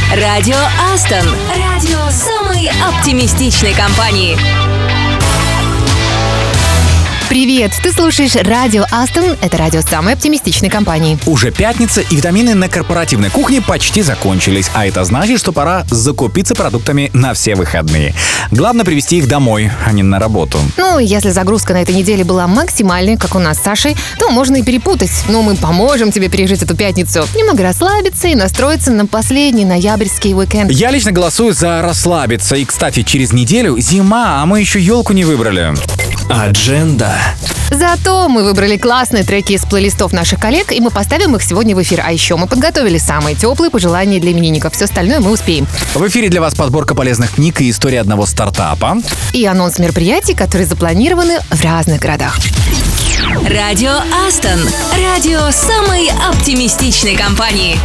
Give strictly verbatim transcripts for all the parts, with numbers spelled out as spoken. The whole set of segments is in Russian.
Радио Астон. Радио самой оптимистичной компании. Привет! Ты слушаешь Радио Астон. Это радио самой оптимистичной компании. Уже пятница, и витамины на корпоративной кухне почти закончились. А это значит, что пора закупиться продуктами на все выходные. Главное привезти их домой, а не на работу. Ну, если загрузка на этой неделе была максимальной, как у нас с Сашей, то можно и перепутать. Но мы поможем тебе пережить эту пятницу. Немного расслабиться и настроиться на последний ноябрьский уикенд. Я лично голосую за расслабиться. И, кстати, через неделю зима, а мы еще елку не выбрали. Адженда. Зато мы выбрали классные треки из плейлистов наших коллег, и мы поставим их сегодня в эфир. А еще мы подготовили самые теплые пожелания для именинников. Все остальное мы успеем. В эфире для вас подборка полезных книг и история одного стартапа. И анонс мероприятий, которые запланированы в разных городах. Радио Астон. Радио самой оптимистичной компании.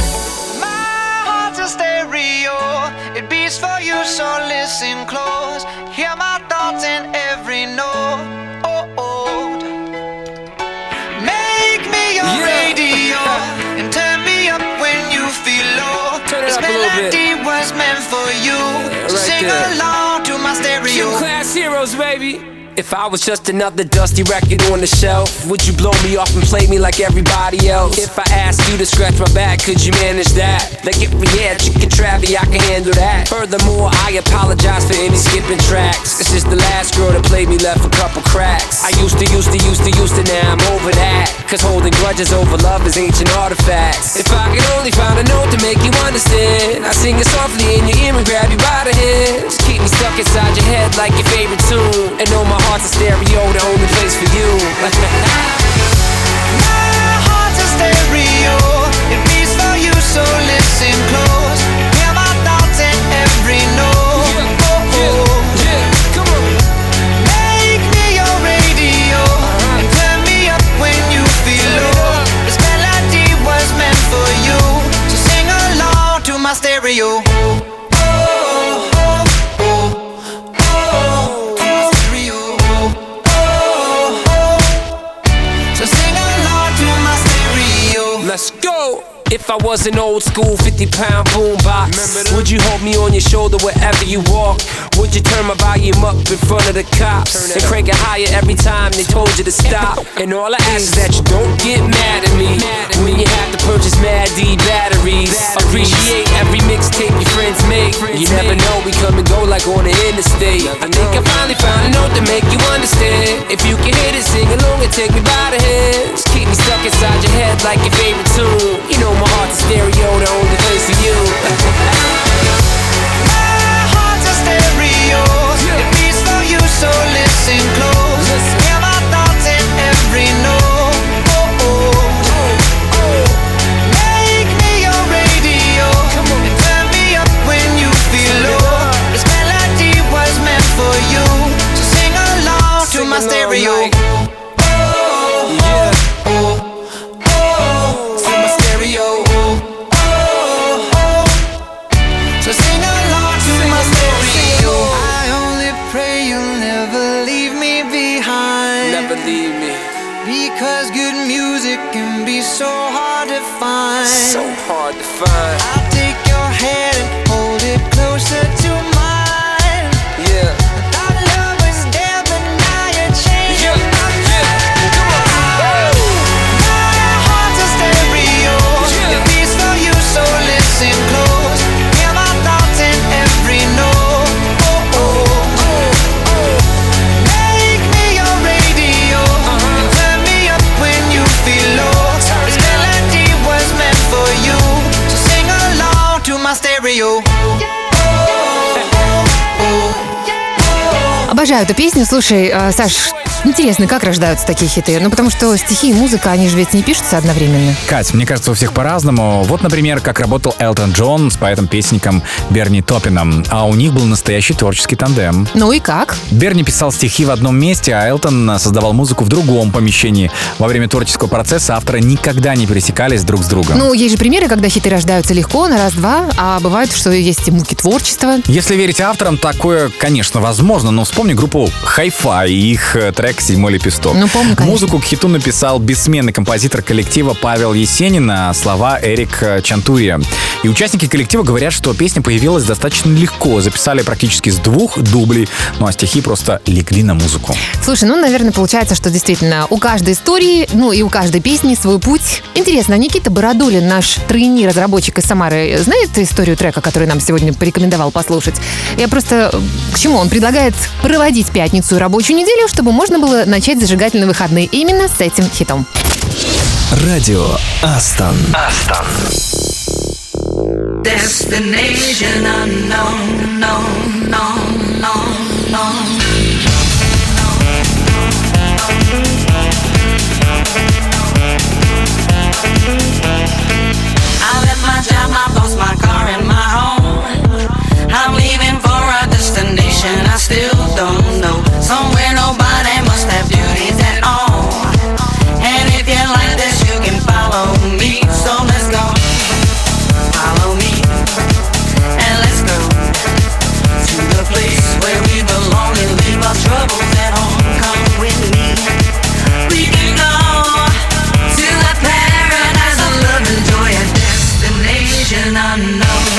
Was meant for you. Yeah, right. Sing there. Along to my stereo. Q-class heroes, baby. If I was just another dusty record on the shelf, would you blow me off and play me like everybody else? If I asked you to scratch my back, could you manage that? Like if we had chicken Travie, I can handle that. Furthermore, I apologize for any skipping tracks. This is the last girl that played me, left a couple cracks. I used to, used to, used to, used to, now I'm over that. Cause holding grudges over love is ancient artifacts. If I could only find a note to make you understand, I sing it softly in your ear and grab you by the hands. Keep me stuck inside your head like your favorite tune. And know my heart's a stereo, the only place for you. My heart's a stereo, it beats for you, so listen close. Hear my thoughts in every note. Yeah, oh, oh. Yeah, yeah, come on. Make me your radio, uh-huh. And turn me up when you feel low. This melody was meant for you, so sing along to my stereo. Let's go! If I was an old school fifty pound boombox, would you hold me on your shoulder wherever you walk? Would you turn my volume up in front of the cops and crank it higher every time they told you to stop? And all I ask is that you don't get mad at me when you have to purchase Mad D batteries. Appreciate every mixtape your friends make. You never know, we come and go like on the interstate. I think I finally found a note to make you understand. If you can hit it, sing along and take me by the hands. Keep me stuck inside your head like your favorite tune. You know my heart's a stereo, the only place for you. My heart's a stereo, it beats for you, so listen close. Hear my thoughts in every note. Oh, oh, oh, oh. Make me your radio, and turn me up when you feel low. This melody was meant for you, so sing along to my stereo. Because good music can be so hard to find. So hard to find. I'll take your hand and hold it closer to mine. Yeah. Our love was there, but now you're changing yeah. my mind. Yeah. Come on. My heart's a stereo. Yeah. It beats for you, so listen close. Hear my thoughts in every note. Oh, oh, oh, oh. Make me your radio. Uh-huh. And turn me up when you feel low. This melody was meant for you, so sing along to my stereo. Обожаю эту песню. Слушай, э, Саш, интересно, как рождаются такие хиты? Ну, потому что стихи и музыка, они же ведь не пишутся одновременно. Кать, мне кажется, у всех по-разному. Вот, например, как работал Элтон Джон с поэтом-песником Берни Топпином. А у них был настоящий творческий тандем. Ну и как? Берни писал стихи в одном месте, а Элтон создавал музыку в другом помещении. Во время творческого процесса авторы никогда не пересекались друг с другом. Ну, есть же примеры, когда хиты рождаются легко, на раз-два, а бывает, что есть и муки творчества. Если верить авторам, такое, конечно, возможно, но вспомни группу Hi-Fi и их трек «Седьмой лепесток». Ну, помню, конечно. Музыку к хиту написал бессменный композитор коллектива Павел Есенин, а слова Эрик Чантурия. И участники коллектива говорят, что песня появилась достаточно легко. Записали практически с двух дублей, ну а стихи просто легли на музыку. Слушай, ну, наверное, получается, что действительно у каждой истории, ну и у каждой песни свой путь. Интересно, а Никита Бородулин, наш тройни разработчик из Самары, знает историю трека, который нам сегодня порекомендовал послушать? Я просто... К чему? Он предлагает проводить пятницу и рабочую неделю, чтобы можно было начать зажигательные выходные именно с этим хитом. Радио Астон. Астон. Destination unknown, no, no, no, no. I left my job, my boss, my car, and my home. I'm leaving for a destination I still don't know. Somewhere nobody must have duties at all. And if you like this, you can follow me. So let's go. Follow me. And let's go to the place where we belong and leave our troubles at home. Come with me. We can go to the paradise of love and joy, a destination unknown.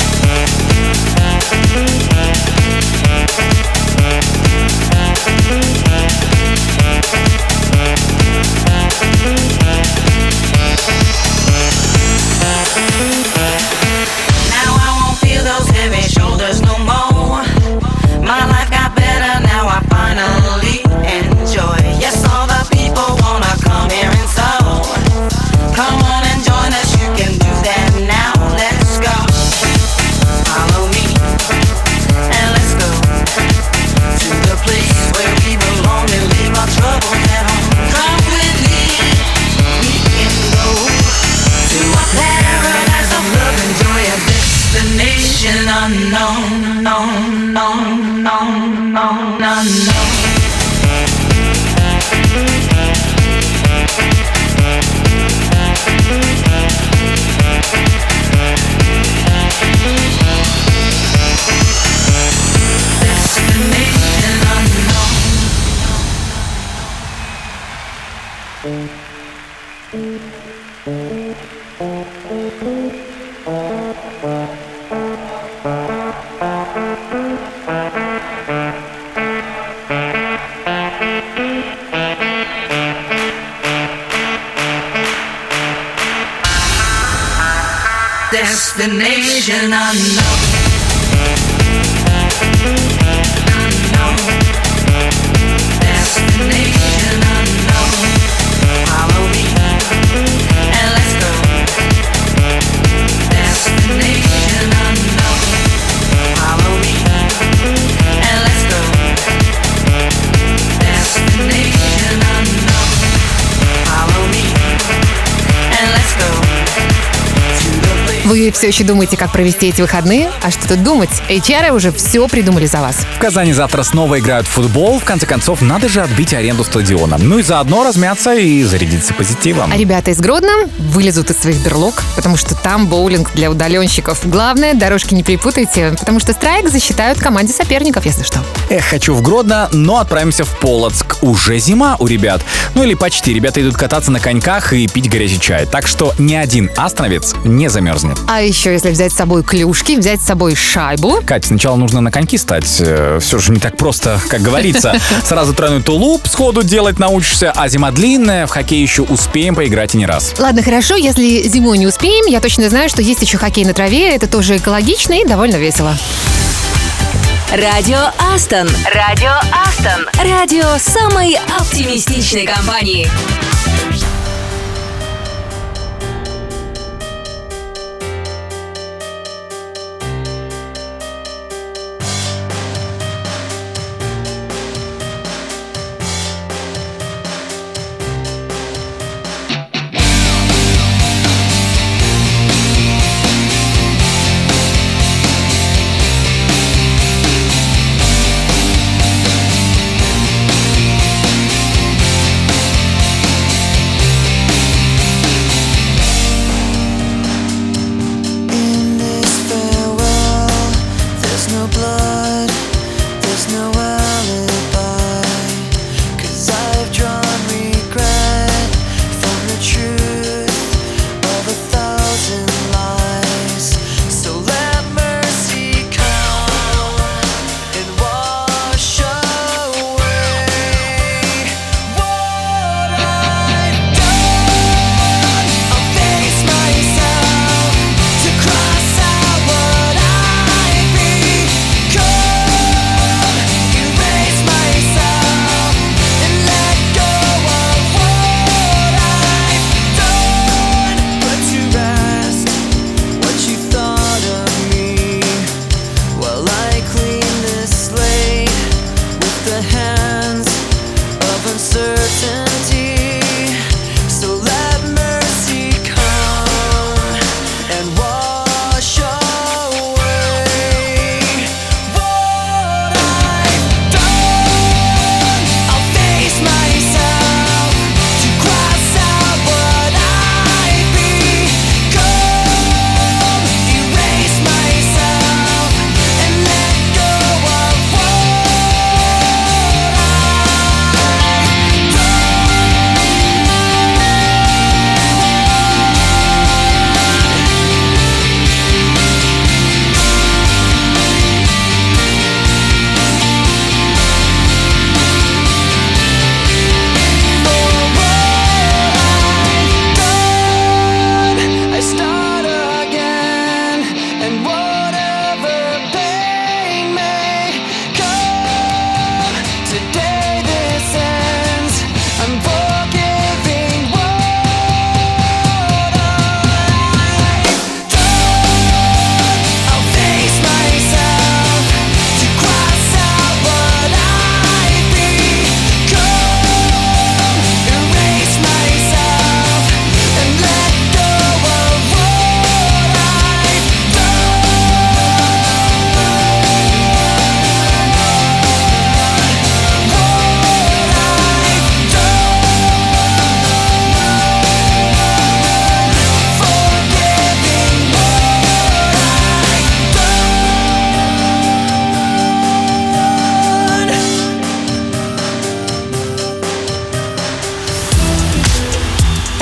Now I won't feel those heavy shoulders no more. My life got better, now I finally enjoy. Yes, all the people wanna come here and so. Come on and join us, you can do that now. Let's go. Follow me and let's go to the place where we belong and leave our troubles at home. Come with me, we can go to a paradise of love and joy, a destination unknown, known, known, known, known, unknown. Destination unknown. Destination unknown. Unknown. Destination unknown. Follow me and let's go. Destination unknown. Follow me and let's go. Destination unknown. Follow me and let's go. Вы все еще думаете, как провести эйч выходные? А что тут думать? эйч ар уже все придумали за вас. В Казани завтра снова играют в футбол. В конце концов, надо же отбить аренду стадиона. Ну и заодно размяться и зарядиться позитивом. А ребята из Гродно вылезут из своих берлог, потому что там боулинг для удаленщиков. Главное, дорожки не перепутайте, потому что страйк засчитают команде соперников, если что. Эх, хочу в Гродно, но отправимся в Полоцк. Уже зима у ребят. Ну или почти. Ребята идут кататься на коньках и пить горячий чай. Так что ни один астановец не замерзнет. А еще, если взять с собой клюшки, взять с собой шайбу. Кать, сначала нужно на коньки стать. Все же не так просто, как говорится. Сразу тройной тулуп сходу делать научишься, а зима длинная, в хоккей еще успеем поиграть и не раз. Ладно, хорошо, если зимой не успеем, я точно знаю, что есть еще хоккей на траве. Это тоже экологично и довольно весело. Радио Астон. Радио Астон. Радио самой оптимистичной компании.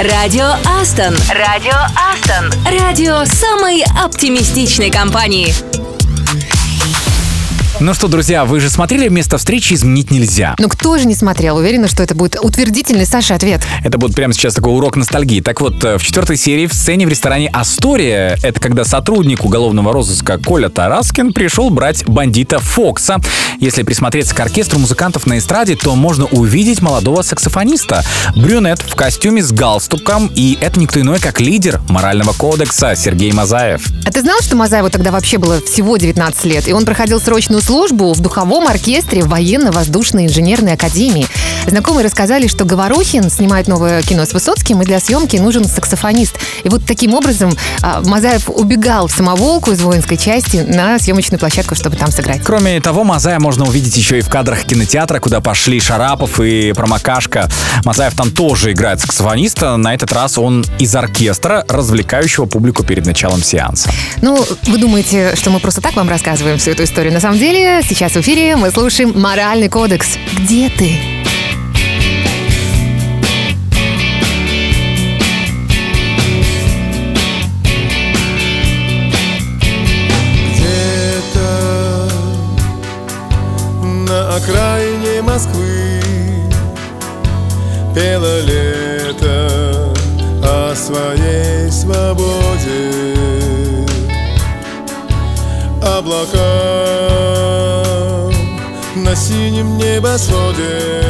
Радио Астон. Радио Астон. Радио самой оптимистичной компании. Ну что, друзья, вы же смотрели «Место встречи изменить нельзя». Ну кто же не смотрел? Уверена, что это будет утвердительный, Саша, ответ. Это будет прямо сейчас такой урок ностальгии. Так вот, в четвертой серии в сцене в ресторане «Астория» это когда сотрудник уголовного розыска Коля Тараскин пришел брать бандита Фокса. Если присмотреться к оркестру музыкантов на эстраде, то можно увидеть молодого саксофониста. Брюнет в костюме с галстуком, и это никто иной, как лидер морального кодекса Сергей Мазаев. А ты знал, что Мазаеву тогда вообще было всего девятнадцать лет, и он проходил срочную службу в духовом оркестре военно-воздушной инженерной академии? Знакомые рассказали, что Говорухин снимает новое кино с Высоцким, и для съемки нужен саксофонист. И вот таким образом Мазаев убегал в самоволку из воинской части на съемочную площадку, чтобы там сыграть. Кроме того, Мазаева можно увидеть еще и в кадрах кинотеатра, куда пошли Шарапов и Промокашка. Мазаев там тоже играет саксофониста. На этот раз он из оркестра, развлекающего публику перед началом сеанса. Ну, вы думаете, что мы просто так вам рассказываем всю эту историю? На самом деле, сейчас в эфире мы слушаем «Моральный кодекс». Где ты? Где-то на окраине Москвы пело лето о своей свободе. Облака на синем небосводе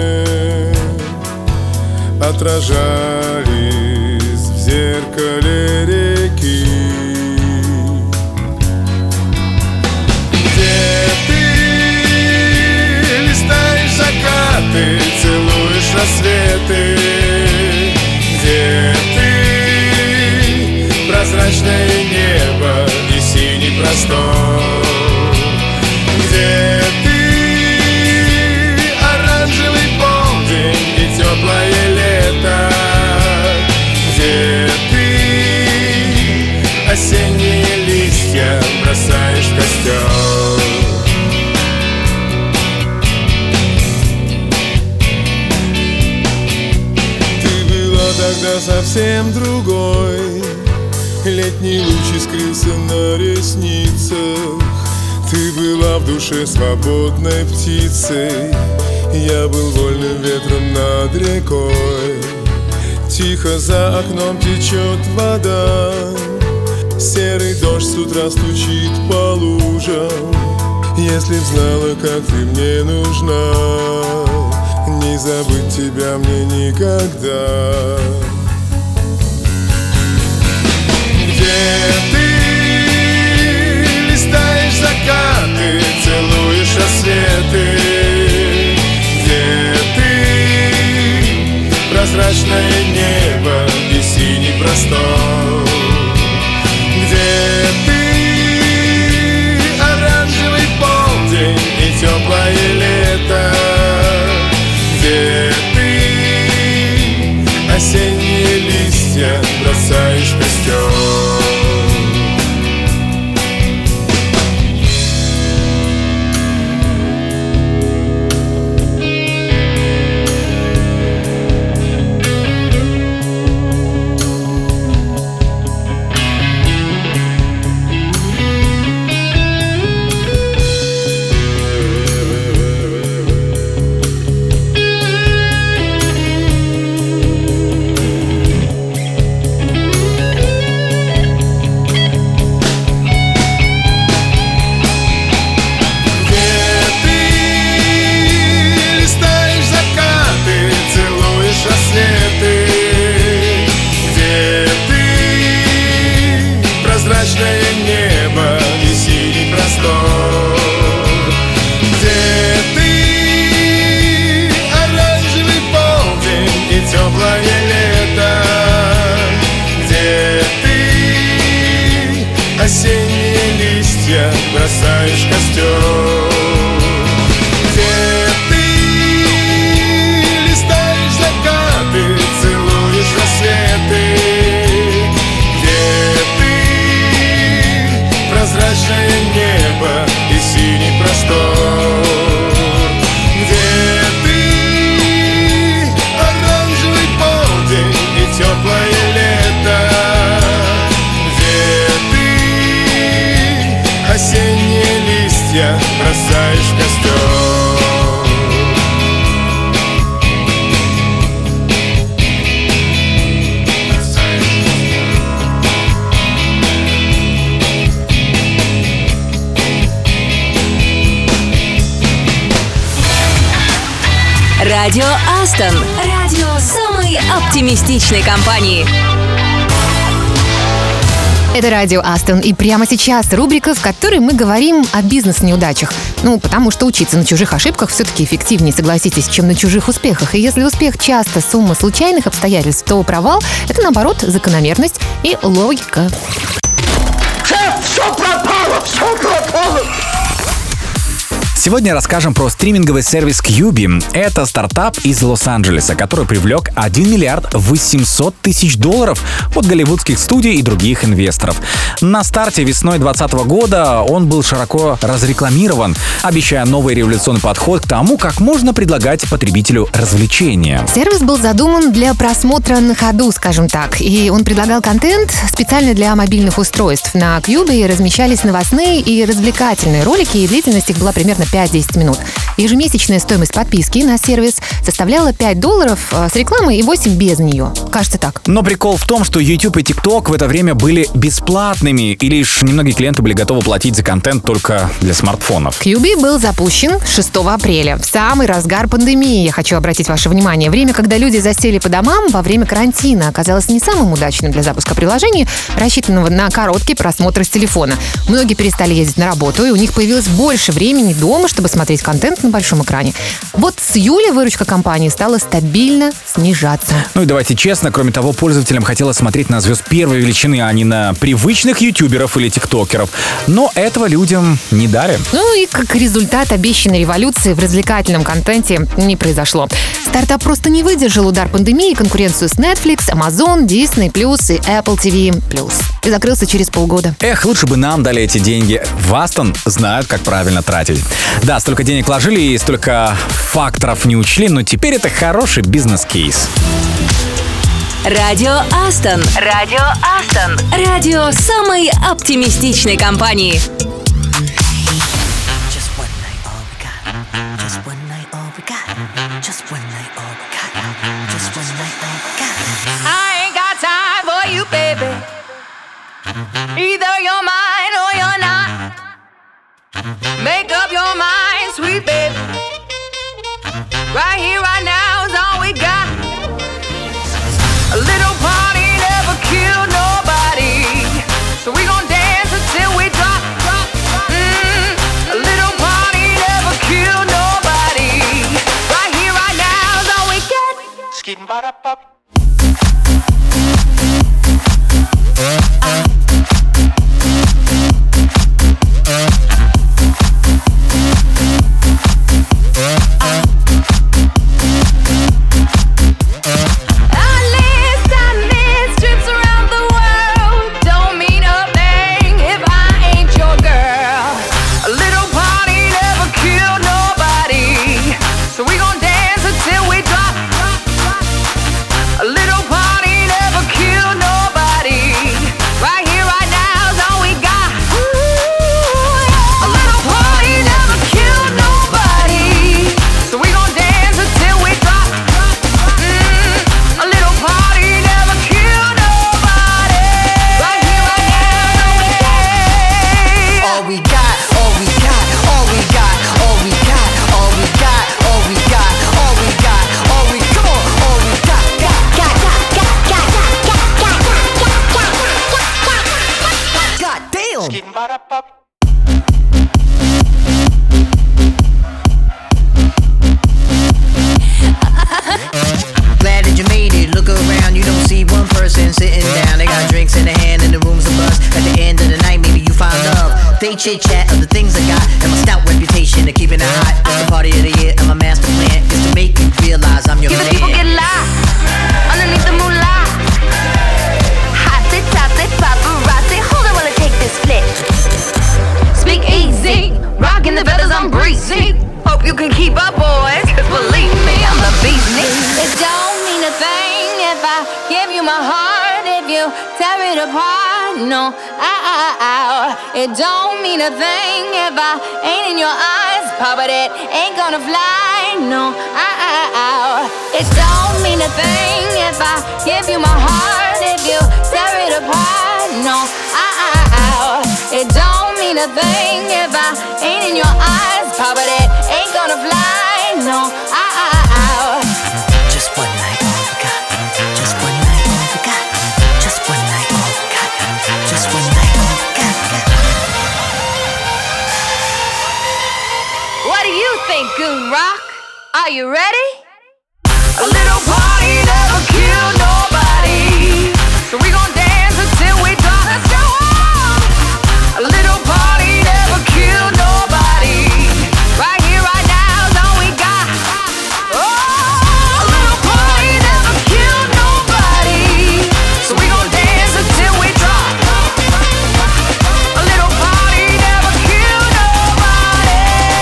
отражались в зеркале реки. Где ты листаешь закаты, целуешь рассветы? Где ты, прозрачное небо и синий простор? Где ты, оранжевый полдень и теплое лето? Где ты, осенние листья бросаешь в костер? Ты была тогда совсем другой. Летний луч искрился на ресницах. Ты была в душе свободной птицей. Я был вольным ветром над рекой. Тихо за окном течет вода. Серый дождь с утра стучит по лужам. Если б знала, как ты мне нужна, не забыть тебя мне никогда. Где ты листаешь закаты, целуешь рассветы? Где ты, прозрачное небо и синий простор? Где ты, оранжевый полдень и теплое лето? Где ты, осенние листья бросаешь в костер? Бросаешь костер. Где ты листаешь закаты, целуешь рассветы? Где ты, прозрачное небо и синий простор? Где ты, оранжевый полдень и теплое листья бросаешь в костер. Радио Астон. Радио самой оптимистичной компании. Это радио Астон, и прямо сейчас рубрика, в которой мы говорим о бизнес-неудачах. Ну, потому что учиться на чужих ошибках все-таки эффективнее, согласитесь, чем на чужих успехах. И если успех часто сумма случайных обстоятельств, то провал — это, наоборот, закономерность и логика. Шеф, все пропало, все пропало! Сегодня расскажем про стриминговый сервис Quibi. Это стартап из Лос-Анджелеса, который привлек один миллиард восемьсот тысяч долларов от голливудских студий и других инвесторов. На старте весной двадцатого года он был широко разрекламирован, обещая новый революционный подход к тому, как можно предлагать потребителю развлечения. Сервис был задуман для просмотра на ходу, скажем так, и он предлагал контент специально для мобильных устройств. На Quibi размещались новостные и развлекательные ролики, и длительность их была примерно пять-десять минут. Ежемесячная стоимость подписки на сервис составляла пять долларов с рекламой и восемь без нее. Кажется так. Но прикол в том, что YouTube и TikTok в это время были бесплатными, и лишь немногие клиенты были готовы платить за контент только для смартфонов. Quibi был запущен шестого апреля, в самый разгар пандемии. Я хочу обратить ваше внимание. Время, когда люди засели по домам во время карантина, оказалось не самым удачным для запуска приложения, рассчитанного на короткий просмотр с телефона. Многие перестали ездить на работу, и у них появилось больше времени дома, чтобы смотреть контент на большом экране. Вот с июля выручка компании стала стабильно снижаться. Ну и давайте честно, кроме того, пользователям хотелось смотреть на звезд первой величины, а не на привычных ютуберов или тиктокеров. Но этого людям не дали. Ну и как результат обещанной революции в развлекательном контенте не произошло. Стартап просто не выдержал удар пандемии и конкуренцию с Netflix, Amazon, Disney+, и Apple ти ви плюс. И закрылся через полгода. Эх, лучше бы нам дали эти деньги. В Астон знают, как правильно тратить. Да, столько денег вложили и столько факторов не учли, но теперь это хороший бизнес-кейс. Радио Астон. Радио Астон. Радио самой оптимистичной компании. I ain't got time for you, baby. Either you're mine or you're not. Make up your mind, sweet baby. Right here, right now is all we got. A little party never killed nobody, so we gon' dance until we drop, drop, drop. Mm, a little party never killed nobody. Right here, right now is all we got. Skidding ba da pop. Chit chat of the things I got and my stout reputation of keeping it hot. It's the party of the year and my master plan is to make you realize I'm your Give man. the people get lost underneath the moonlight. Hot it, top it, paparazzi. Hold on while I take this flick. Speak easy, rocking the feathers, I'm breezy. Hope you can keep up, boys, cause believe me, I'm the beast. It don't mean a thing if I give you my heart. If you tear it apart, No, ow, it don't mean a thing if I ain't in your eyes, Papa, that ain't gonna fly. No, ow, it don't mean a thing if I give you my heart, if you tear it apart. No, ow, it don't mean a thing if I ain't in your eyes, Papa, that ain't gonna fly. No, ow. Just one night, all we got. Just one night, all we got. Just one night, all we got. Just one night, all we got. What do you think, Goon Rock? Are you ready? A little party never killed nobody, so we gon' dance until we drop. Let's go on. A little party never killed nobody. Right here, right now is all we got. Oh, a little party never killed nobody, so we gon' dance until we drop. A little party never killed nobody.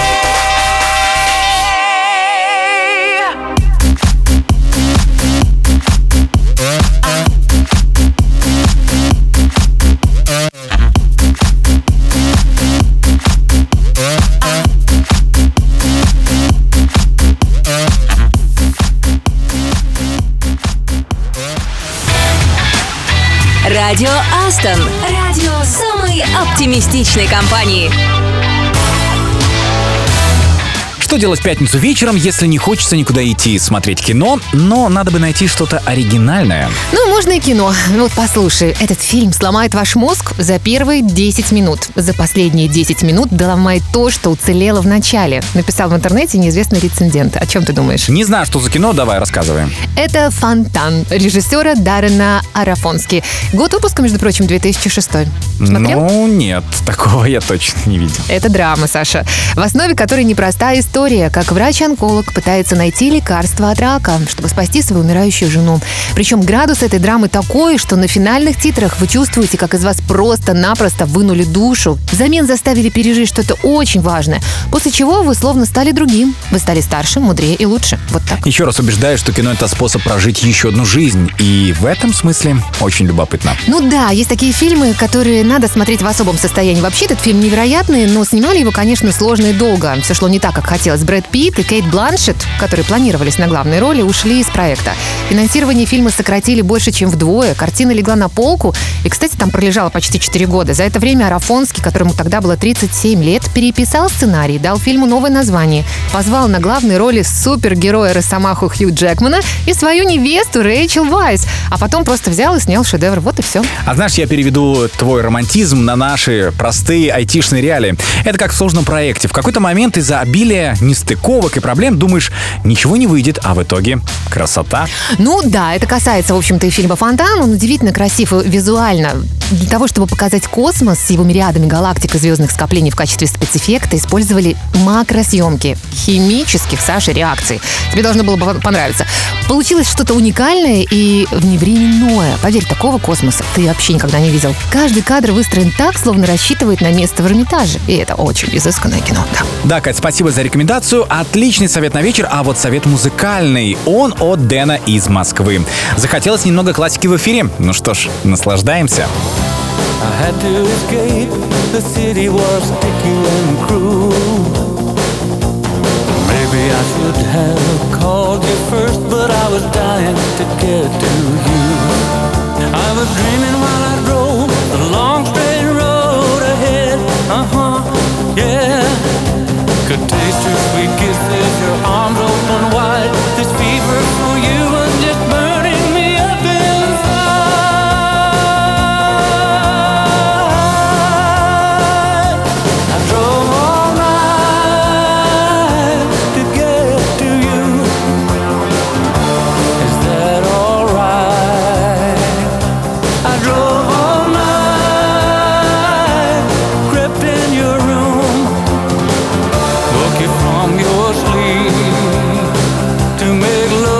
Радио Астон. Радио самой оптимистичной компании. Что делать в пятницу вечером, если не хочется никуда идти смотреть кино, но надо бы найти что-то оригинальное? Ну, можно и кино. Вот послушай, этот фильм сломает ваш мозг за первые десять минут. За последние десять минут доломает то, что уцелело в начале. Написал в интернете неизвестный рецензент. О чем ты думаешь? Не знаю, что за кино, давай, рассказывай. Это «Фонтан» режиссера Даррена Арофонски. Год выпуска, между прочим, две тысячи шестой. Смотрел? Ну, нет, такого я точно не видел. Это драма, Саша, в основе которой непростая история, как врач-онколог пытается найти лекарство от рака, чтобы спасти свою умирающую жену. Причем градус этой драмы такой, что на финальных титрах вы чувствуете, как из вас просто-напросто вынули душу. Взамен заставили пережить что-то очень важное, после чего вы словно стали другим. Вы стали старше, мудрее и лучше. Вот так. Еще раз убеждаю, что кино — это способ прожить еще одну жизнь. И в этом смысле очень любопытно. Ну да, есть такие фильмы, которые надо смотреть в особом состоянии. Вообще этот фильм невероятный, но снимали его, конечно, сложно и долго. Все шло не так, как хотелось. Брэд Питт и Кейт Бланшетт, которые планировались на главной роли, ушли из проекта. Финансирование фильма сократили больше, чем вдвое. Картина легла на полку. И, кстати, там пролежала почти четыре года. За это время Арофонски, которому тогда было тридцать семь лет, переписал сценарий, дал фильму новое название, позвал на главные роли супергероя Росомаху Хью Джекмана и свою невесту Рэйчел Вайс. А потом просто взял и снял шедевр. Вот и все. А знаешь, я переведу твой романтизм на наши простые айтишные реалии. Это как в сложном проекте. В какой-то момент из-за обилия нестыковок и проблем думаешь, ничего не выйдет, а в итоге красота. Ну да, это касается, в общем-то, и фильма «Фонтан». Он удивительно красив и визуально. Для того, чтобы показать космос с его мириадами галактик и звездных скоплений в качестве спецэффекта, использовали макросъемки химических, Саши, реакций. Тебе должно было бы понравиться. Получилось что-то уникальное и вневременное. Поверь, такого космоса ты вообще никогда не видел. Каждый кадр выстроен так, словно рассчитывает на место в Эрмитаже. И это очень изысканное кино, да. Да, Кать, спасибо за рекомендацию. Отличный совет на вечер, а вот совет музыкальный. Он от Дэна из Москвы. Захотелось немного классики в эфире. Ну что ж, наслаждаемся. I had to escape, the city was sticky and cruel. Maybe I should have called you first, but I was dying to get to you. I was dreaming while I drove the long straight road ahead. Uh-huh, yeah. Could taste your sweet kisses, your arms open wide. This fever for you was just burning me up inside. From your sleep to make love.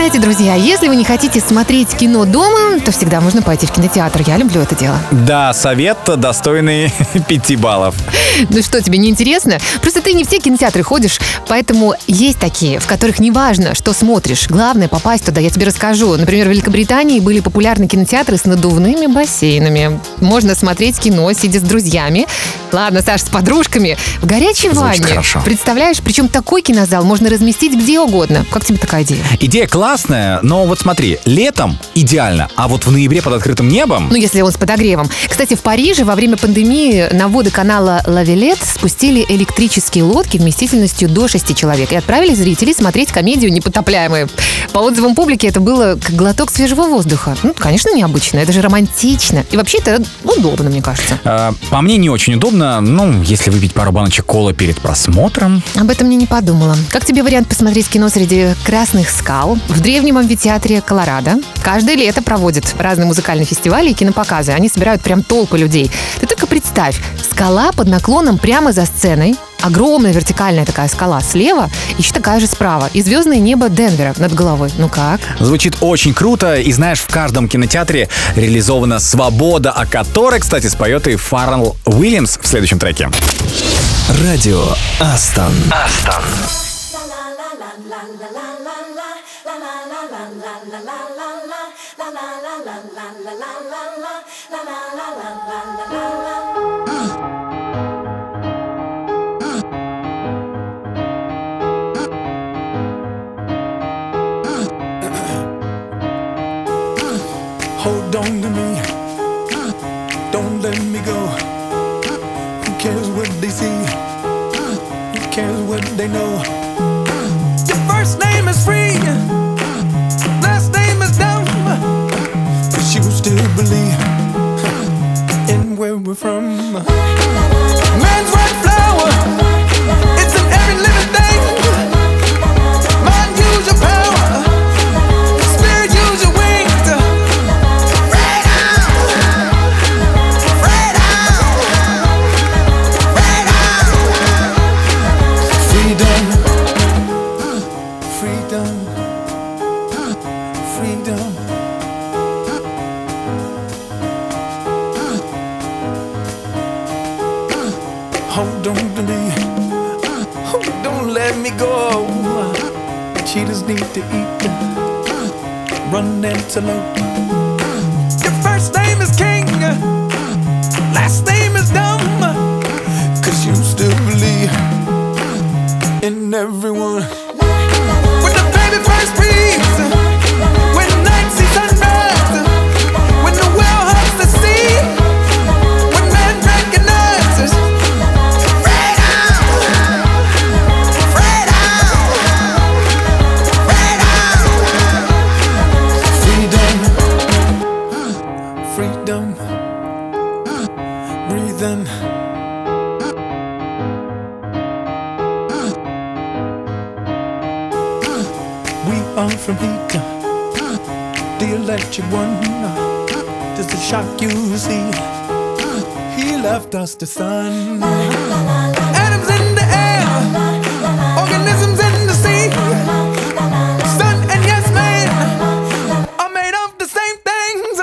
Знаете, друзья, если вы не хотите смотреть кино дома, то всегда можно пойти в кинотеатр. Я люблю это дело. Да, совет достойный пяти баллов. Ну что, тебе не интересно? Просто ты не в те кинотеатры ходишь, поэтому есть такие, в которых не важно, что смотришь. Главное попасть туда, я тебе расскажу. Например, в Великобритании были популярны кинотеатры с надувными бассейнами. Можно смотреть кино, сидя с друзьями. Ладно, Саш, с подружками. В горячей Звучит ванне. хорошо. Представляешь, причем такой кинозал можно разместить где угодно. Как тебе такая идея? Идея классная, но вот смотри, летом идеально, а вот в ноябре под открытым небом... Ну, если он с подогревом. Кстати, в Париже во время пандемии на воды канала Лавилет спустили электрические лодки вместительностью до шести человек и отправили зрителей смотреть комедию «Непотопляемые». По отзывам публики это было как глоток свежего воздуха. Ну, конечно, необычно, это же романтично. И вообще это удобно, мне кажется. Э, по мне, не очень удобно, ну, если выпить пару баночек колы перед просмотром. Об этом я не подумала. Как тебе вариант посмотреть кино среди красных скал? В древнем амфитеатре Колорадо каждое лето проводят разные музыкальные фестивали и кинопоказы. Они собирают прям толпы людей. Ты только представь, скала под наклоном прямо за сценой, огромная вертикальная такая скала слева, еще такая же справа, и звездное небо Денвера над головой. Ну как? Звучит очень круто, и знаешь, в каждом кинотеатре реализована свобода, о которой, кстати, споет и Фаррелл Уильямс в следующем треке. Радио Астон. Астон. Hold on to me, don't let me go. Who cares what they see? Who cares what they know? Your first name is free, last name is dumb, but you still believe in where we're from. Man's right flower, it's in every living thing. Mind, use your power, spirit, use your wings. Hold on to me, oh, don't let me go. Cheetahs need to eat, run antelope. Your first name is King, last name is Dumb, cause you still believe in everyone. When the baby first breathes, when the night sees sunrise, when the whale hugs the sea, when man recognizes freedom, breathe in. We are from heat, the electric one. Does it shock you to see? He left us the sun. Atoms in the air, organisms in the sea. Sun and yes man are made of the same things.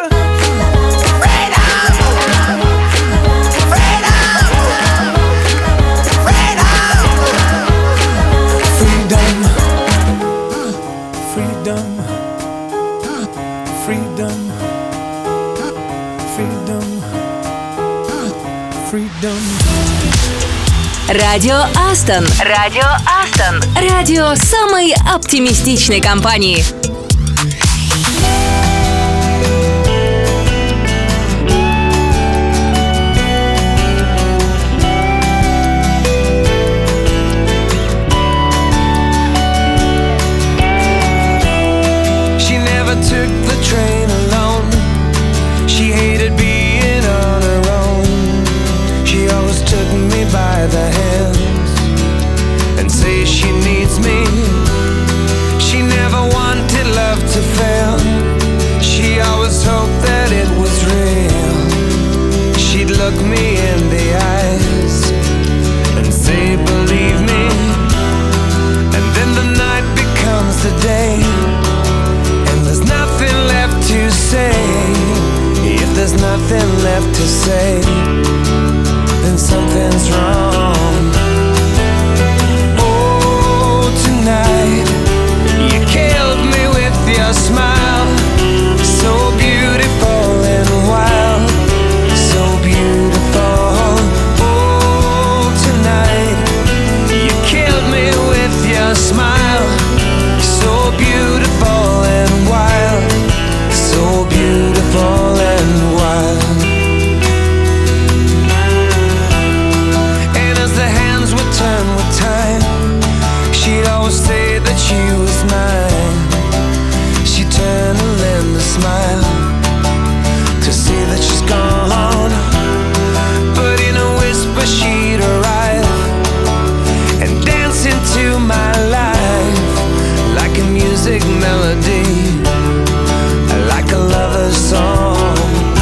Радио Астон. Радио Астон. Радио самой оптимистичной компании. She never took the train alone. She hated being on her own. She always took me by the hands and say she needs me. She never wanted smile to see that she's gone. But in a whisper she'd arrive and dance into my life like a music melody, like a lover's song.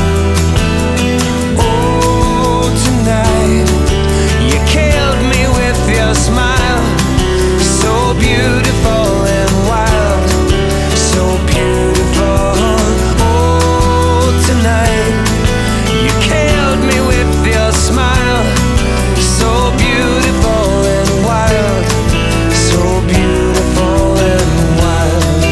Oh, tonight you killed me with your smile, so beautiful and wild, so beautiful. Oh, tonight you killed me with your smile, so beautiful and wild, so beautiful and wild.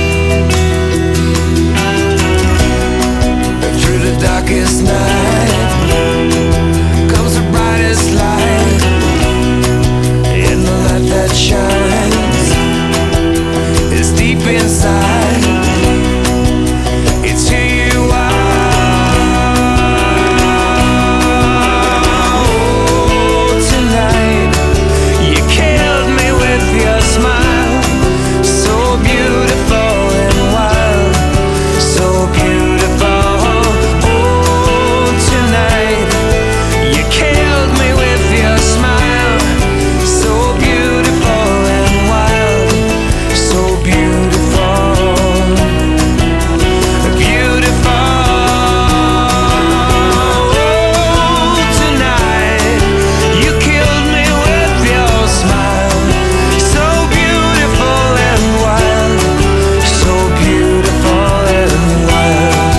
Through the darkest night comes the brightest light, in the light that shines is deep inside. It's who you are. Oh, tonight you killed me with your smile, so beautiful and wild, so beautiful. Oh, tonight you killed me with your smile, so beautiful and wild, so beautiful, beautiful. Oh, tonight you killed me with your smile, so beautiful and wild, so beautiful and wild,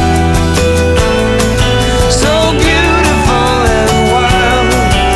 so beautiful and wild,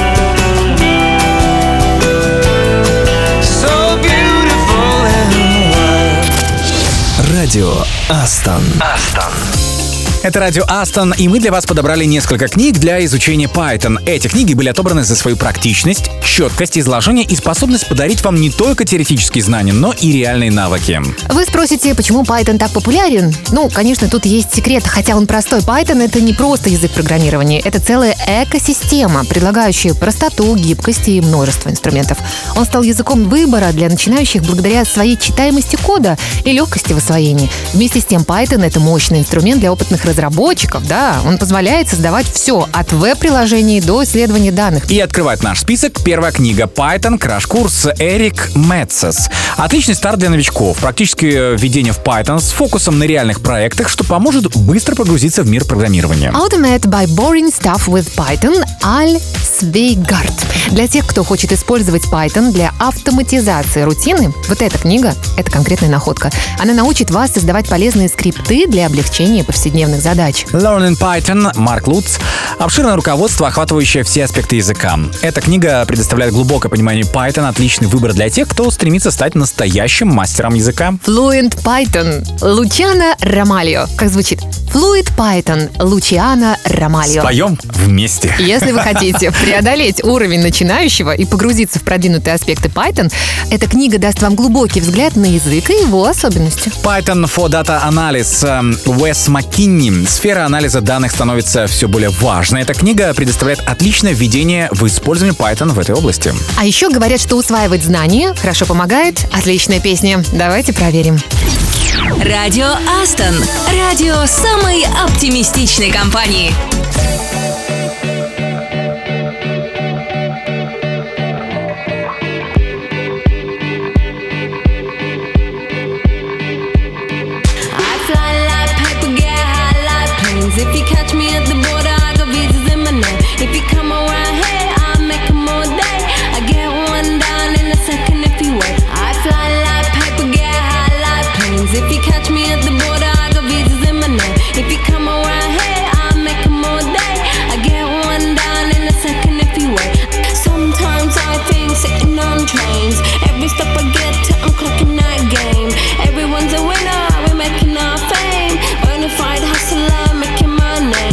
so beautiful and wild. Радио Астон. Это радио Астон, и мы для вас подобрали несколько книг для изучения Python. Эти книги были отобраны за свою практичность, четкость изложения и способность подарить вам не только теоретические знания, но и реальные навыки. Вы спросите, почему Python так популярен? Ну, конечно, тут есть секрет. Хотя он простой, Python — это не просто язык программирования, это целая экосистема, предлагающая простоту, гибкость и множество инструментов. Он стал языком выбора для начинающих благодаря своей читаемости кода и легкости в освоении. Вместе с тем, Python — это мощный инструмент для опытных разработчиков, да. Он позволяет создавать все, от веб-приложений до исследования данных. И открывает наш список первая книга Python краш-курс Эрик Метцес. Отличный старт для новичков. Практическое введение в Python с фокусом на реальных проектах, что поможет быстро погрузиться в мир программирования. Automate by Boring Stuff with Python Аль Свейгард. Для тех, кто хочет использовать Python для автоматизации рутины, вот эта книга — это конкретная находка. Она научит вас создавать полезные скрипты для облегчения повседневных задач. Learning Python, Марк Лутц. Обширное руководство, охватывающее все аспекты языка. Эта книга предоставляет глубокое понимание Python, отличный выбор для тех, кто стремится стать настоящим мастером языка. Fluent Python. Лучано Ромальо. Как звучит? Fluent Python. Лучано Ромальо. Споем вместе. Если вы хотите преодолеть уровень начинающего и погрузиться в продвинутые аспекты Python, эта книга даст вам глубокий взгляд на язык и его особенности. Python for Data Analysis. Уэс Маккинни. Сфера анализа данных становится все более важной. Эта книга предоставляет отличное введение в использование Python в этой области. А еще говорят, что усваивать знания хорошо помогает. Отличная песня. Давайте проверим. Радио Астон. Радио самой оптимистичной компании. If you catch me at the border, I got visas in my name. If you come around here, I'll make them all day. I get one down in a second if you wait. I fly like paper, get high like planes. If you catch me at the border, I got visas in my name. If you come around here, I'll make them all day. I get one down in a second if you wait. Sometimes I think sitting on trains. Every step I get to, I'm clocking that game. Everyone's a winner, we're making our fame. Bonafide hustler, making my name.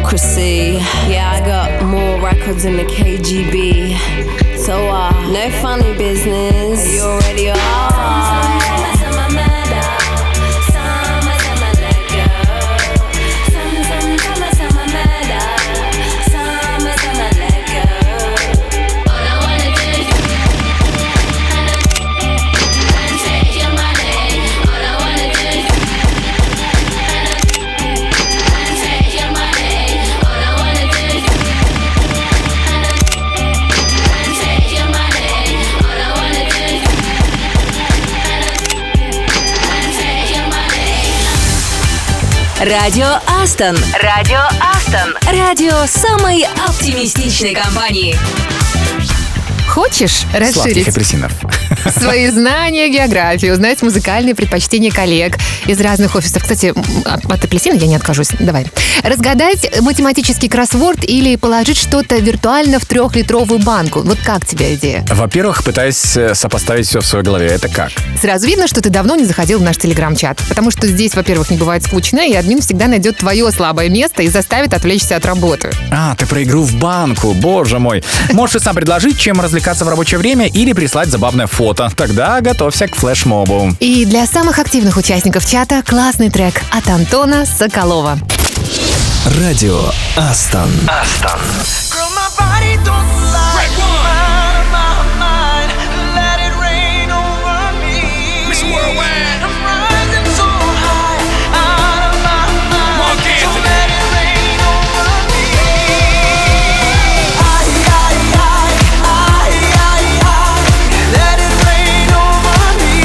democracy. Yeah, I got more records than the K G B. So, uh, no funny business. You already are. Радио Астон. Радио Астон. Радио самой оптимистичной компании. Хочешь Сладких расширить апельсинов. свои знания, географию, узнать музыкальные предпочтения коллег из разных офисов? Кстати, от, от апельсина я не откажусь. Давай. Разгадать математический кроссворд или положить что-то виртуально в трехлитровую банку. Вот как тебе идея? Во-первых, пытаюсь сопоставить все в своей голове. Это как? Сразу видно, что ты давно не заходил в наш телеграм-чат. Потому что здесь, во-первых, не бывает скучно, и админ всегда найдет твое слабое место и заставит отвлечься от работы. А, ты про игру в банку, боже мой. Можешь и сам предложить, чем развлекаться в рабочее время, или прислать забавное фото. Тогда готовься к флешмобу. И для самых активных участников чата классный трек от Антона Соколова. Радио Астон. Астон. Girl, my body don't lie. Out of my mind. Let it rain over me. Miss Worldwide. I'm rising so high. Out of my mind. So let it rain over me. Ay, ay, ay, ay, ay, ay. Let it rain over me.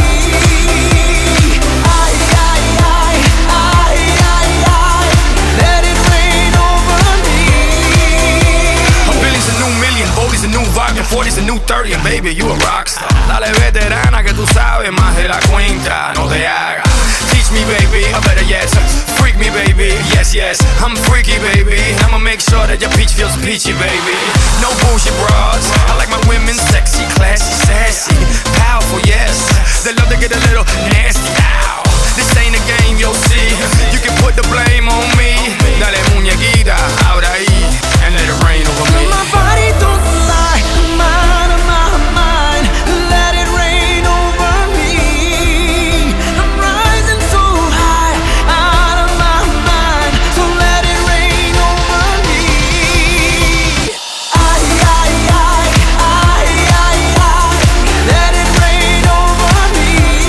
Ay, ay, ay, ay, ay, ay. Let it rain over me. A billion's a new million, Boldy's a new vodka, forty's a new thirty, and baby, you a rockstar. Dale veterana que tú sabes más de la cuenta, no te hagas. Teach me, baby, or better yet, freak me, baby, yes, yes. I'm freaky, baby, I'ma make sure that your peach feels peachy, baby. No bullshit bras, I like my women sexy, classy, sassy, powerful, yes. They love to get a little nasty, ow. This ain't a game, you'll see. You can put the blame on me. Dale muñequita, ahora ahí, and let it rain over me. My body don't lie, I'm out of my mind. Let it rain over me. I'm rising so high, out of my mind. So let it rain over me. Ay, ay, ay, ay, ay, ay. Let it rain over me.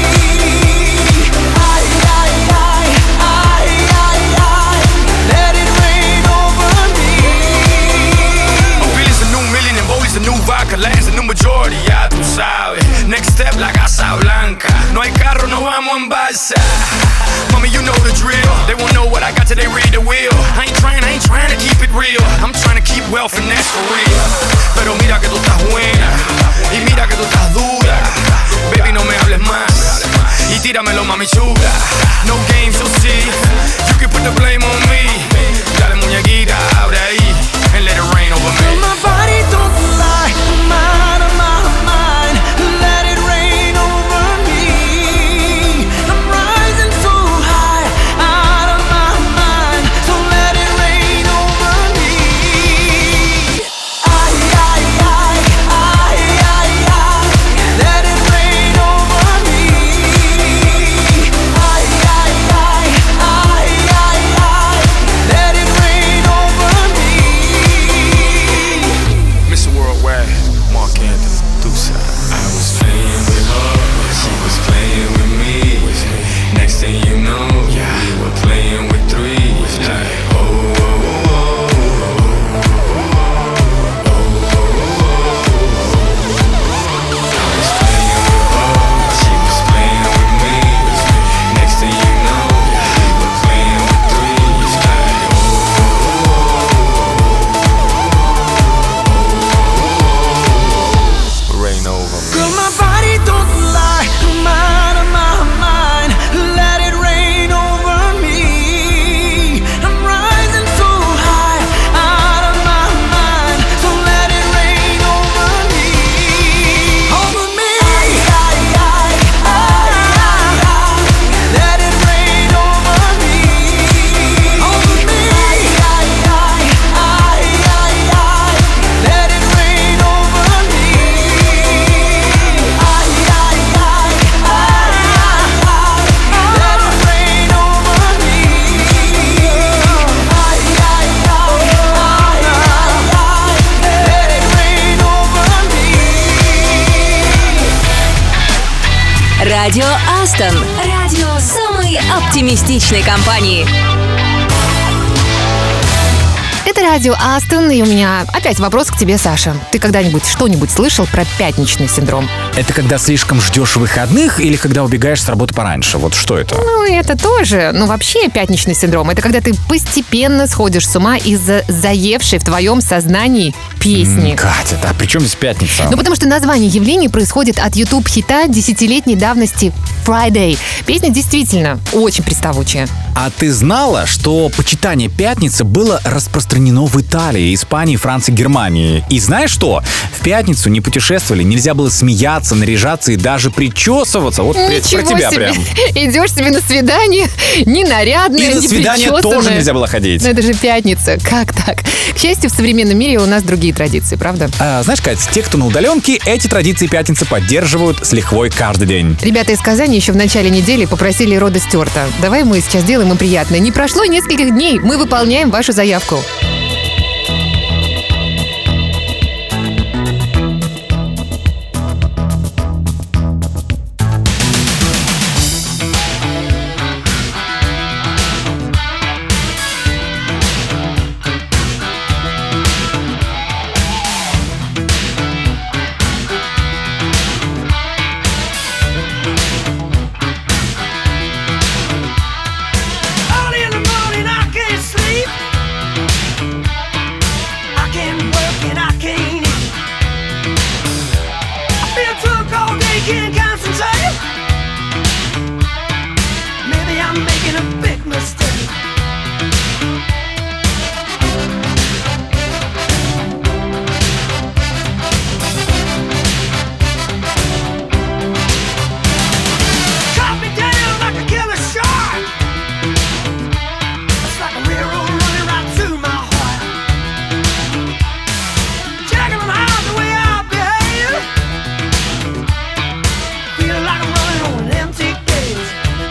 Ay, ay, ay, ay, ay, ay. Let it rain over me. A billion's a new million and Boldy's a new vodka, Land's a new majority, ya tú sabes. Next step, la Casa Blanca. No hay carro, no vamos en balsa. Mommy, you know the drill. They won't know what I got till they read the wheel. I ain't trying, I ain't trying to keep it real. I'm trying to keep wealth and that's for real. Pero mira que tú estás buena y mira que tú estás dura. Baby, no me hables más y tíramelo, mami chula. No games, you'll see. You can put the blame on me. Dale muñequita, ahora ahí, and let it rain over me. My body don't lie, I'm out of my mind. Let it rain over me. I'm rising so high, out of my mind. So let it rain over me. Ay, ay, ay, ay, Радио Астон. Радио самой оптимистичной компании. Это радио Астон, и у меня опять вопрос к тебе, Саша. Ты когда-нибудь что-нибудь слышал про пятничный синдром? Это когда слишком ждешь выходных или когда убегаешь с работы пораньше? Вот что это? Ну, это тоже. Ну, вообще, пятничный синдром — это когда ты постепенно сходишь с ума из-за заевшей в твоем сознании песни. М, Катя, а при чем здесь пятница? Ну, потому что название явления происходит от YouTube-хита десятилетней давности Friday. Песня действительно очень приставучая. А ты знала, что почитание пятницы было распространено в Италии, Испании, Франции, Германии? И знаешь что? В пятницу не путешествовали, нельзя было смеяться, наряжаться и даже причесываться. Вот про Ничего тебя себе. прям. Идешь себе на свидание, не нарядная, И на не свидание причесанная. тоже нельзя было ходить. Ну, это же пятница. Как так? К счастью, в современном мире у нас другие традиции, правда? А, знаешь, Кать, те, кто на удаленке, эти традиции пятницы поддерживают с лихвой каждый день. Ребята из Казани еще в начале недели попросили Рода Стюарта. Давай мы сейчас сделаем им приятное. Не прошло нескольких дней, мы выполняем вашу заявку. Early in the morning, I can't sleep. I can't work and I can't eat. I feel drunk all day, can't concentrate. Maybe I'm making a big mistake. Cut me down like a killer shark. It's like a railroad running right through my heart. Checking on how the way I behave. Feeling like I'm running on an empty cage.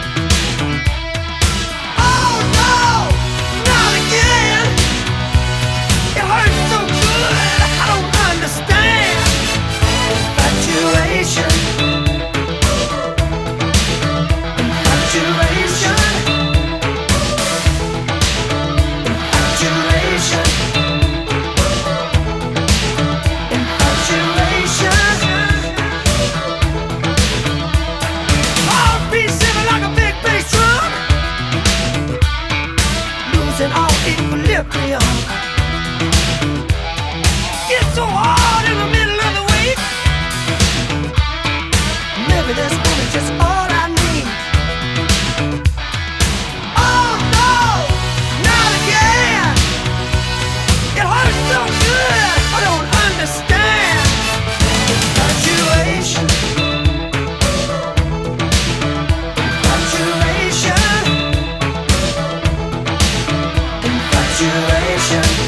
Oh no, not again. It hurts so good, I don't understand. Infatuation. Infatuation. Infatuation. Infatuation. Heartbeat sipping like a big bass drum. Losing all equilibrium. It's so hard in the middle of the week. Maybe this moment just all I need. Oh no, not again. It hurts so good, I don't understand. Infatuation. Infatuation. Infatuation.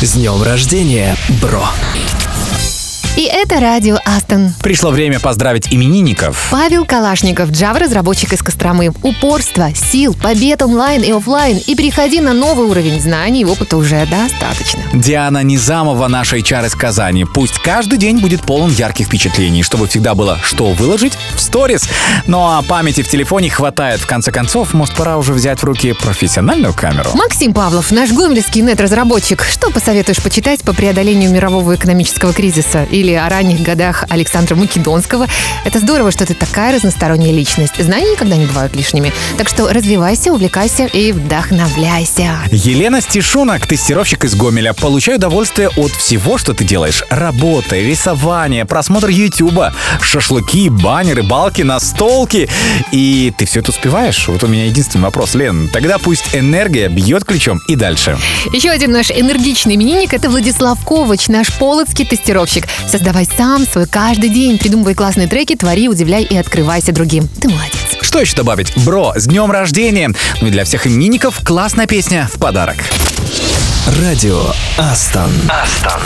С днем рождения, бро! И это радио Астон. Пришло время поздравить именинников. Павел Калашников, Java-разработчик из Костромы. Упорство, сил, побед онлайн и офлайн. И переходи на новый уровень знаний и опыта уже достаточно. Диана Низамова, наш эйч ар из Казани. Пусть каждый день будет полон ярких впечатлений, чтобы всегда было что выложить в сторис. Ну а памяти в телефоне хватает. В конце концов, может, пора уже взять в руки профессиональную камеру. Максим Павлов, наш гомельский нет-разработчик. Что посоветуешь почитать по преодолению мирового экономического кризиса? Или о ранних годах Александра Македонского? Это здорово, что ты такая разносторонняя личность. Знания никогда не бывают лишними. Так что развивайся, увлекайся и вдохновляйся. Елена Стешунок, тестировщик из Гомеля. Получаю удовольствие от всего, что ты делаешь. Работа, рисование, просмотр Ютуба, шашлыки, бани, рыбалки, настолки. И ты все это успеваешь? Вот у меня единственный вопрос, Лен. Тогда пусть энергия бьет ключом и дальше. Еще один наш энергичный именинник — это Владислав Ковач, наш полоцкий тестировщик. Создавай сам свой каждый день, придумывай классные треки, твори, удивляй и открывайся другим. Ты молодец. Что еще добавить? Бро, с днем рождения! Ну и для всех именинников классная песня в подарок. Радио Астон. Астон.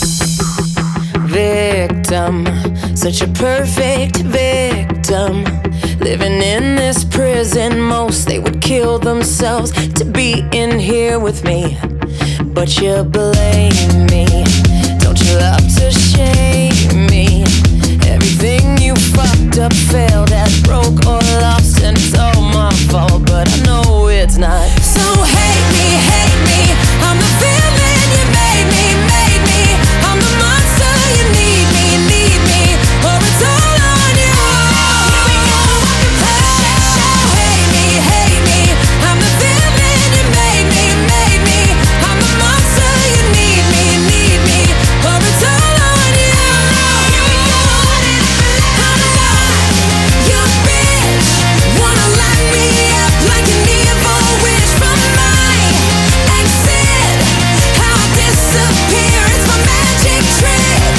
Victim, such a perfect victim. Living in this prison, most they would kill themselves to be in here with me. But you blame me. Don't you love to shame me? Everything you fucked up, failed at, broke or lost, and it's all my fault, but I know it's not. So hate me, hate me. I'm the villain you made me, made me. I'm the monster you need me, need me. Or it's all on you. Here we go. So hate me, hate me. I'm the villain you made me, made me. I'm the monster you need me, need me. Or it's all on you. Here we go. I'm not your bitch. Wanna lock me up like an evil witch from my exit. How I disappear, it's my magic trick.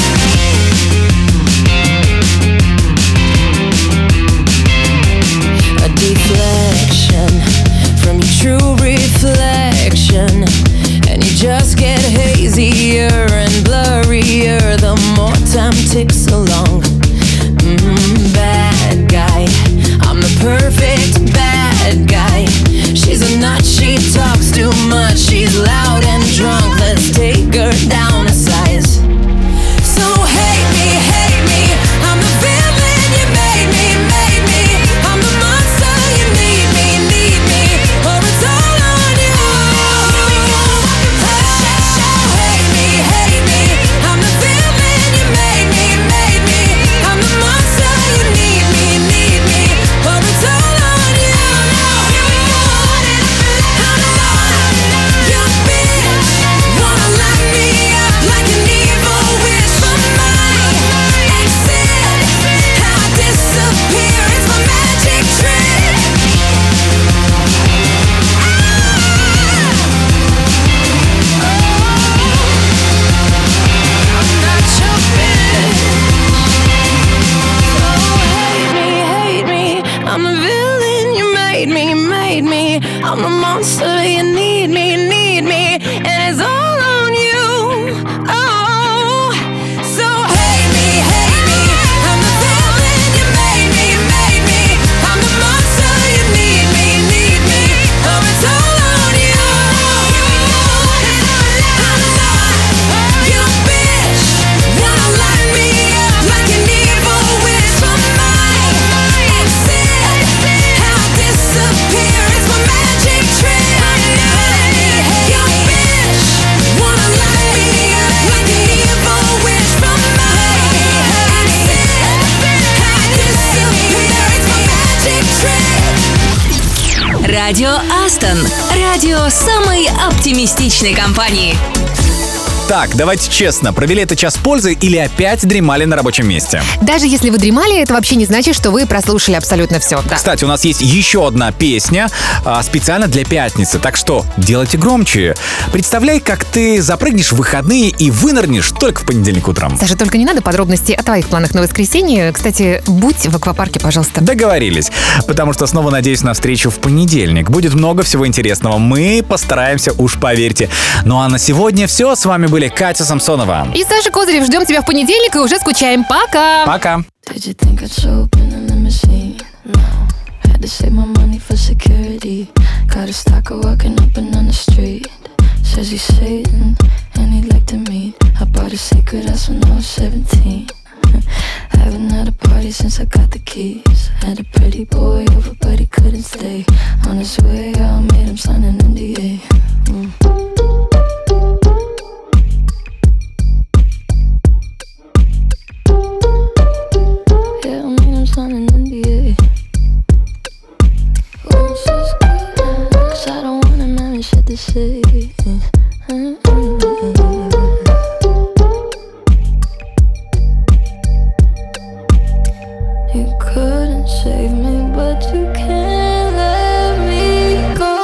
A deflection from your true reflection, and you just get hazier and blurrier the more time ticks along. Mm, bad guy, I'm the perfect bad guy. She's a nut, she talks too much, she's loud and drunk. Let's take her down a size. So hate me, hate me. I'm the villain you made me, made me. I'm the monster you need me, need me. Or it's all on you. Here we go. So hate me, hate me. I'm the villain you made me, made me. I'm the monster you need me, need me. Or it's all on you. Here we go. I'm not your bitch. Wanna lock me up like an evil witch from my exit. How I disappear, it's my magic trick. I'm not your bitch. So hate me, hate me. I'm the villain you made me, made me. I'm the monster you need me, need me. And it's all on you. Oh, so hate me, hate me. I'm the villain you made me, made me. I'm the monster you need me, need me. Oh, it's all on you. Here we go. I'm not your bitch. Wanna lock me up like an evil witch from my exit. How I disappear, it's my magic trick. Your bitch. Wanna lock me up like an evil witch from my exit. How I disappear, it's my magic trick. Радио Астон. Радио самой оптимистичной компании. Так, давайте честно, провели этот час пользы или опять дремали на рабочем месте? Даже если вы дремали, это вообще не значит, что вы прослушали абсолютно все. Да. Кстати, у нас есть еще одна песня а, специально для пятницы, так что делайте громче. Представляй, как ты запрыгнешь в выходные и вынырнешь только в понедельник утром. Саша, только не надо подробностей о твоих планах на воскресенье. Кстати, будь в аквапарке, пожалуйста. Договорились, потому что снова надеюсь на встречу в понедельник. Будет много всего интересного, мы постараемся, уж поверьте. Ну а на сегодня все, с вами был были Катя Самсонова и Саша Козырев. Ждем тебя в понедельник и уже скучаем. Пока! Пока! To save my money for security. Got a stalker walking up and on the street. Says he's Satan and he'd like to meet. I bought a secret house when I was seventeen. Haven't had a party since I got the keys. Had a pretty boy over but he couldn't stay. On his way I made him sign an N D A. mm. Yeah, I made him sign an N D A. Cause I don't want him having shit to say. You couldn't save me, but you can't let me go.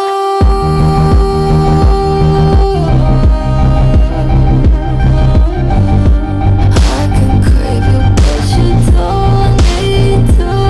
I can crave you, but you don't need to.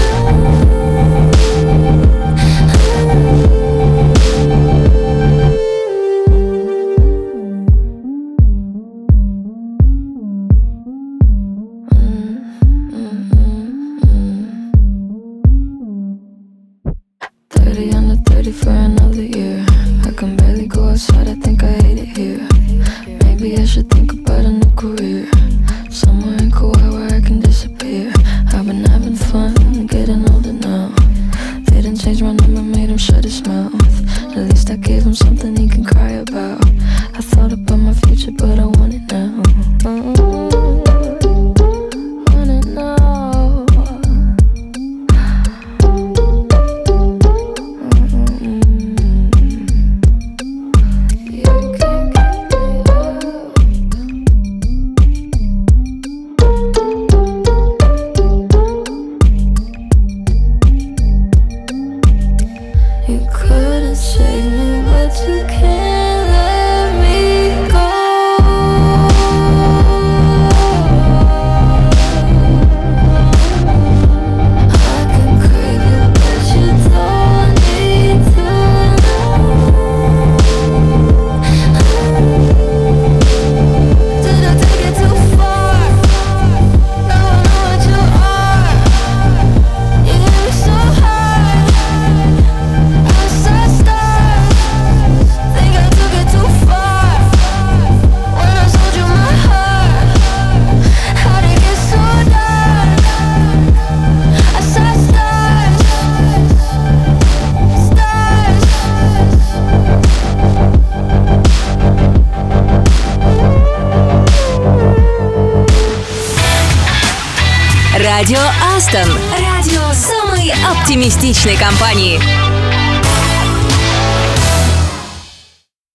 thirty under thirty for another year. I can barely go outside, I think I hate it here. Maybe I should think about a new career. Somewhere in Kauai where I can disappear. I've been having fun, getting older now. They didn't change my number, made him shut his mouth. At least I gave him something he can cry about. I thought about my future, but I want it now. Oh, want it now. You couldn't save me, but you can't let me go. I can crave you, but you don't need to. Did I take it too far? Now I know what you are. You hit me so hard. Outside stars, think I took it too far. When I sold you my heart, how'd it get so dark? I saw stars, stars. Радио Астон. Радио самой оптимистичной компании.